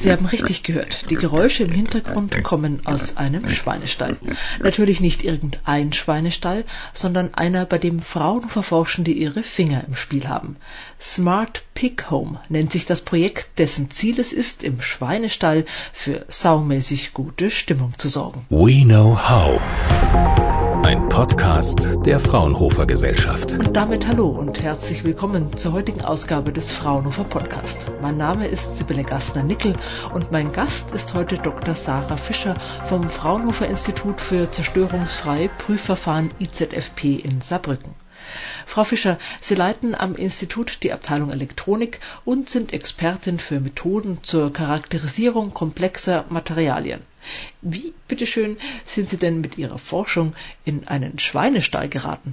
Sie haben richtig gehört. Die Geräusche im Hintergrund kommen aus einem Schweinestall. Natürlich nicht irgendein Schweinestall, sondern einer, bei dem Fraunhofer-Forschende ihre Finger im Spiel haben. Smart Pig Home nennt sich das Projekt, dessen Ziel es ist, im Schweinestall für saumäßig gute Stimmung zu sorgen. We Know How. Ein Podcast der Fraunhofer Gesellschaft. Und damit hallo und herzlich willkommen zur heutigen Ausgabe des Fraunhofer Podcast. Mein Name ist Sibylle Gassner-Nickel und mein Gast ist heute Dr. Sarah Fischer vom Fraunhofer Institut für zerstörungsfreie Prüfverfahren IZFP in Saarbrücken. Frau Fischer, Sie leiten am Institut die Abteilung Elektronik und sind Expertin für Methoden zur Charakterisierung komplexer Materialien. Wie, bitteschön, sind Sie denn mit Ihrer Forschung in einen Schweinestall geraten?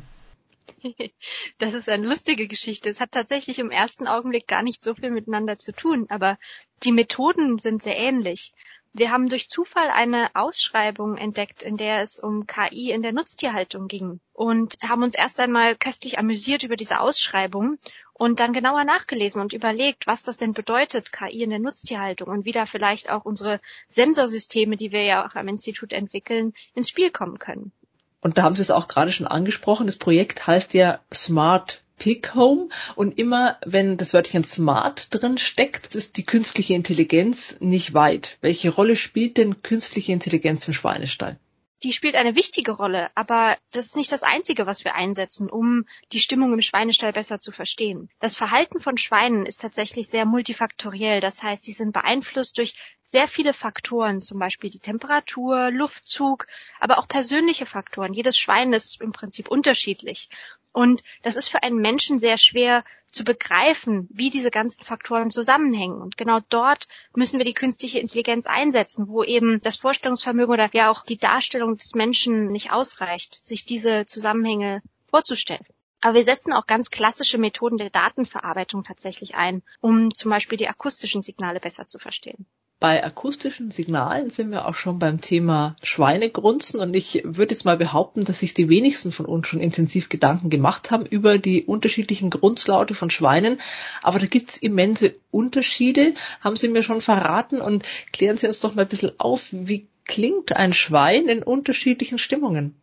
Das ist eine lustige Geschichte. Es hat tatsächlich im ersten Augenblick gar nicht so viel miteinander zu tun, aber die Methoden sind sehr ähnlich. Wir haben durch Zufall eine Ausschreibung entdeckt, in der es um KI in der Nutztierhaltung ging und haben uns erst einmal köstlich amüsiert über diese Ausschreibung und dann genauer nachgelesen und überlegt, was das denn bedeutet, KI in der Nutztierhaltung und wie da vielleicht auch unsere Sensorsysteme, die wir ja auch am Institut entwickeln, ins Spiel kommen können. Und da haben Sie es auch gerade schon angesprochen, das Projekt heißt ja Smart Pig Home und immer, wenn das Wörtchen smart drin steckt, ist die künstliche Intelligenz nicht weit. Welche Rolle spielt denn künstliche Intelligenz im Schweinestall? Die spielt eine wichtige Rolle, aber das ist nicht das Einzige, was wir einsetzen, um die Stimmung im Schweinestall besser zu verstehen. Das Verhalten von Schweinen ist tatsächlich sehr multifaktoriell. Das heißt, die sind beeinflusst durch sehr viele Faktoren, zum Beispiel die Temperatur, Luftzug, aber auch persönliche Faktoren. Jedes Schwein ist im Prinzip unterschiedlich. Und das ist für einen Menschen sehr schwer zu begreifen, wie diese ganzen Faktoren zusammenhängen. Und genau dort müssen wir die künstliche Intelligenz einsetzen, wo eben das Vorstellungsvermögen oder ja auch die Darstellung des Menschen nicht ausreicht, sich diese Zusammenhänge vorzustellen. Aber wir setzen auch ganz klassische Methoden der Datenverarbeitung tatsächlich ein, um zum Beispiel die akustischen Signale besser zu verstehen. Bei akustischen Signalen sind wir auch schon beim Thema Schweinegrunzen und ich würde jetzt mal behaupten, dass sich die wenigsten von uns schon intensiv Gedanken gemacht haben über die unterschiedlichen Grunzlaute von Schweinen, aber da gibt's immense Unterschiede, haben Sie mir schon verraten und klären Sie uns doch mal ein bisschen auf, wie klingt ein Schwein in unterschiedlichen Stimmungen?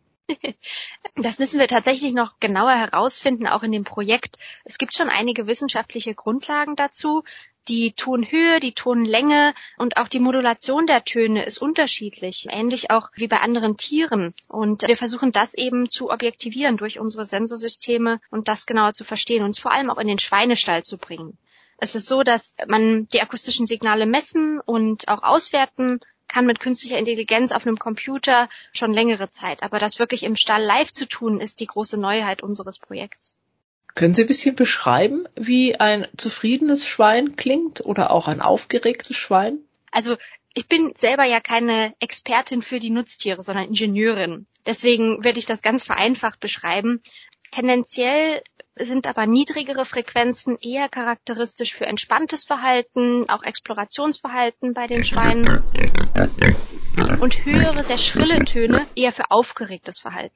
Das müssen wir tatsächlich noch genauer herausfinden, auch in dem Projekt. Es gibt schon einige wissenschaftliche Grundlagen dazu. Die Tonhöhe, die Tonlänge und auch die Modulation der Töne ist unterschiedlich, ähnlich auch wie bei anderen Tieren. Und wir versuchen das eben zu objektivieren durch unsere Sensorsysteme und das genauer zu verstehen und es vor allem auch in den Schweinestall zu bringen. Es ist so, dass man die akustischen Signale messen und auch auswerten kann mit künstlicher Intelligenz auf einem Computer schon längere Zeit. Aber das wirklich im Stall live zu tun, ist die große Neuheit unseres Projekts. Können Sie ein bisschen beschreiben, wie ein zufriedenes Schwein klingt oder auch ein aufgeregtes Schwein? Also ich bin selber ja keine Expertin für die Nutztiere, sondern Ingenieurin. Deswegen werde ich das ganz vereinfacht beschreiben. Tendenziell sind aber niedrigere Frequenzen eher charakteristisch für entspanntes Verhalten, auch Explorationsverhalten bei den Schweinen. Und höhere, sehr schrille Töne eher für aufgeregtes Verhalten.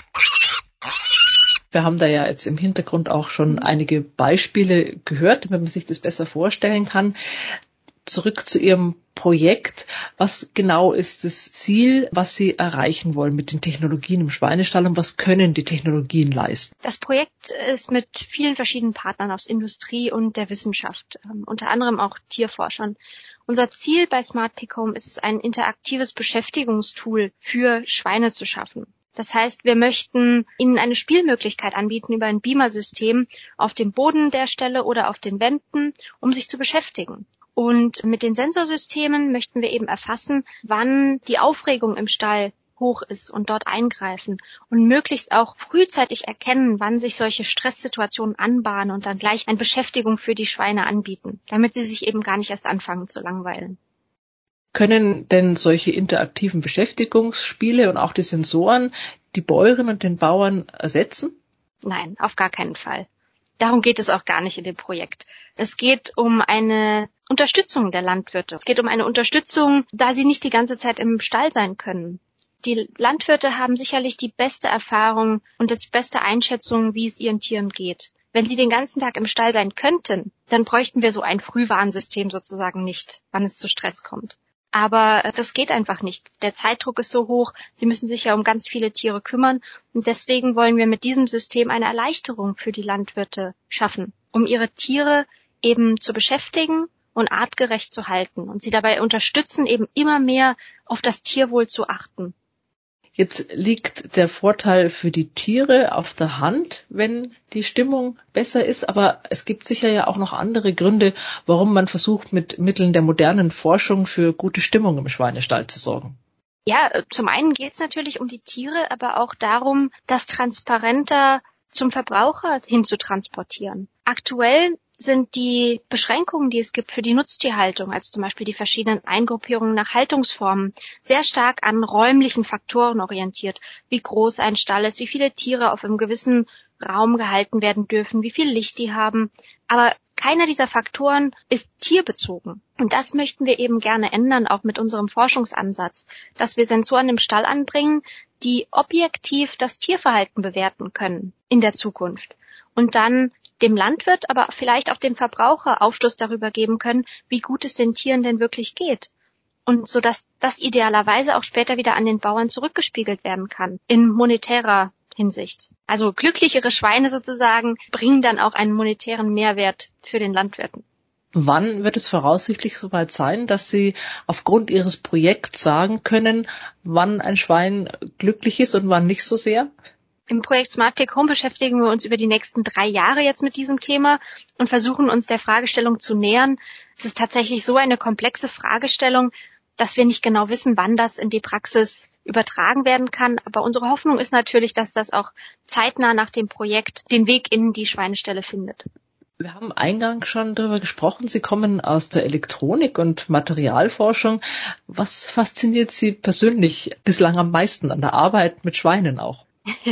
Wir haben da ja jetzt im Hintergrund auch schon einige Beispiele gehört, damit man sich das besser vorstellen kann. Zurück zu Ihrem Projekt. Was genau ist das Ziel, was Sie erreichen wollen mit den Technologien im Schweinestall und was können die Technologien leisten? Das Projekt ist mit vielen verschiedenen Partnern aus Industrie und der Wissenschaft, unter anderem auch Tierforschern. Unser Ziel bei Smart Pig Home ist es, ein interaktives Beschäftigungstool für Schweine zu schaffen. Das heißt, wir möchten ihnen eine Spielmöglichkeit anbieten über ein Beamer-System auf dem Boden der Stelle oder auf den Wänden, um sich zu beschäftigen. Und mit den Sensorsystemen möchten wir eben erfassen, wann die Aufregung im Stall hoch ist und dort eingreifen und möglichst auch frühzeitig erkennen, wann sich solche Stresssituationen anbahnen und dann gleich eine Beschäftigung für die Schweine anbieten, damit sie sich eben gar nicht erst anfangen zu langweilen. Können denn solche interaktiven Beschäftigungsspiele und auch die Sensoren die Bäuerinnen und den Bauern ersetzen? Nein, auf gar keinen Fall. Darum geht es auch gar nicht in dem Projekt. Es geht um eine Unterstützung der Landwirte. Es geht um eine Unterstützung, da sie nicht die ganze Zeit im Stall sein können. Die Landwirte haben sicherlich die beste Erfahrung und die beste Einschätzung, wie es ihren Tieren geht. Wenn sie den ganzen Tag im Stall sein könnten, dann bräuchten wir so ein Frühwarnsystem sozusagen nicht, wann es zu Stress kommt. Aber das geht einfach nicht. Der Zeitdruck ist so hoch, sie müssen sich ja um ganz viele Tiere kümmern und deswegen wollen wir mit diesem System eine Erleichterung für die Landwirte schaffen, um ihre Tiere eben zu beschäftigen und artgerecht zu halten und sie dabei unterstützen, eben immer mehr auf das Tierwohl zu achten. Jetzt liegt der Vorteil für die Tiere auf der Hand, wenn die Stimmung besser ist, aber es gibt sicher ja auch noch andere Gründe, warum man versucht, mit Mitteln der modernen Forschung für gute Stimmung im Schweinestall zu sorgen. Ja, zum einen geht es natürlich um die Tiere, aber auch darum, das transparenter zum Verbraucher hin zu transportieren. Aktuell sind die Beschränkungen, die es gibt für die Nutztierhaltung, also zum Beispiel die verschiedenen Eingruppierungen nach Haltungsformen, sehr stark an räumlichen Faktoren orientiert. Wie groß ein Stall ist, wie viele Tiere auf einem gewissen Raum gehalten werden dürfen, wie viel Licht die haben. Aber keiner dieser Faktoren ist tierbezogen. Und das möchten wir eben gerne ändern, auch mit unserem Forschungsansatz, dass wir Sensoren im Stall anbringen, die objektiv das Tierverhalten bewerten können in der Zukunft. Und dann dem Landwirt, aber vielleicht auch dem Verbraucher Aufschluss darüber geben können, wie gut es den Tieren denn wirklich geht. Und so dass das idealerweise auch später wieder an den Bauern zurückgespiegelt werden kann, in monetärer Hinsicht. Also glücklichere Schweine sozusagen bringen dann auch einen monetären Mehrwert für den Landwirten. Wann wird es voraussichtlich soweit sein, dass Sie aufgrund Ihres Projekts sagen können, wann ein Schwein glücklich ist und wann nicht so sehr? Im Projekt Smart Pig Home beschäftigen wir uns über die nächsten 3 Jahre jetzt mit diesem Thema und versuchen uns der Fragestellung zu nähern. Es ist tatsächlich so eine komplexe Fragestellung, dass wir nicht genau wissen, wann das in die Praxis übertragen werden kann. Aber unsere Hoffnung ist natürlich, dass das auch zeitnah nach dem Projekt den Weg in die Schweineställe findet. Wir haben eingangs schon darüber gesprochen, Sie kommen aus der Elektronik- und Materialforschung. Was fasziniert Sie persönlich bislang am meisten an der Arbeit mit Schweinen auch?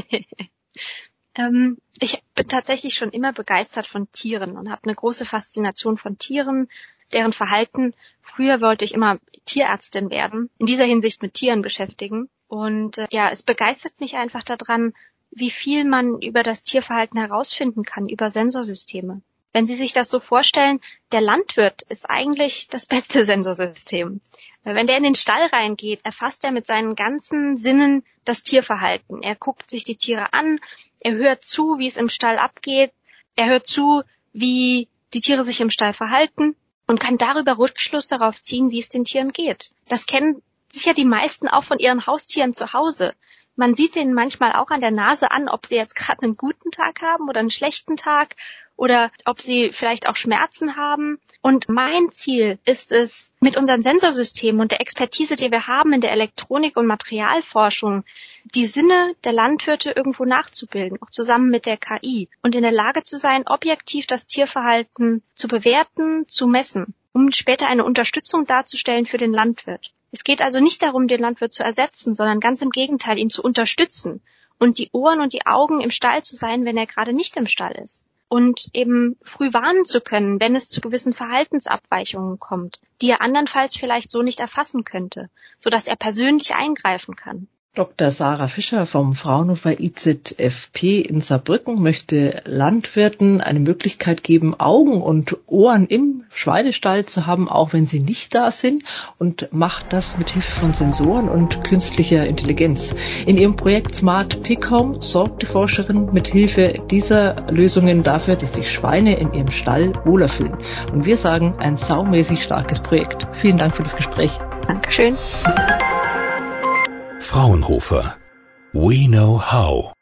Ich bin tatsächlich schon immer begeistert von Tieren und habe eine große Faszination von Tieren, deren Verhalten. Früher wollte ich immer Tierärztin werden, in dieser Hinsicht mit Tieren beschäftigen. Und es begeistert mich einfach daran, wie viel man über das Tierverhalten herausfinden kann, über Sensorsysteme. Wenn Sie sich das so vorstellen, der Landwirt ist eigentlich das beste Sensorsystem. Wenn der in den Stall reingeht, erfasst er mit seinen ganzen Sinnen das Tierverhalten. Er guckt sich die Tiere an, er hört zu, wie es im Stall abgeht, er hört zu, wie die Tiere sich im Stall verhalten und kann darüber Rückschluss darauf ziehen, wie es den Tieren geht. Das kennen sicher die meisten auch von ihren Haustieren zu Hause. Man sieht denen manchmal auch an der Nase an, ob sie jetzt gerade einen guten Tag haben oder einen schlechten Tag oder ob sie vielleicht auch Schmerzen haben. Und mein Ziel ist es, mit unseren Sensorsystemen und der Expertise, die wir haben in der Elektronik- und Materialforschung, die Sinne der Landwirte irgendwo nachzubilden, auch zusammen mit der KI und in der Lage zu sein, objektiv das Tierverhalten zu bewerten, zu messen, um später eine Unterstützung darzustellen für den Landwirt. Es geht also nicht darum, den Landwirt zu ersetzen, sondern ganz im Gegenteil, ihn zu unterstützen und die Ohren und die Augen im Stall zu sein, wenn er gerade nicht im Stall ist. Und eben früh warnen zu können, wenn es zu gewissen Verhaltensabweichungen kommt, die er andernfalls vielleicht so nicht erfassen könnte, sodass er persönlich eingreifen kann. Dr. Sarah Fischer vom Fraunhofer IZFP in Saarbrücken möchte Landwirten eine Möglichkeit geben, Augen und Ohren im Schweinestall zu haben, auch wenn sie nicht da sind, und macht das mit Hilfe von Sensoren und künstlicher Intelligenz. In ihrem Projekt Smart Pig Home sorgt die Forscherin mit Hilfe dieser Lösungen dafür, dass sich Schweine in ihrem Stall wohler fühlen. Und wir sagen, ein saumäßig starkes Projekt. Vielen Dank für das Gespräch. Dankeschön. Fraunhofer. We know how.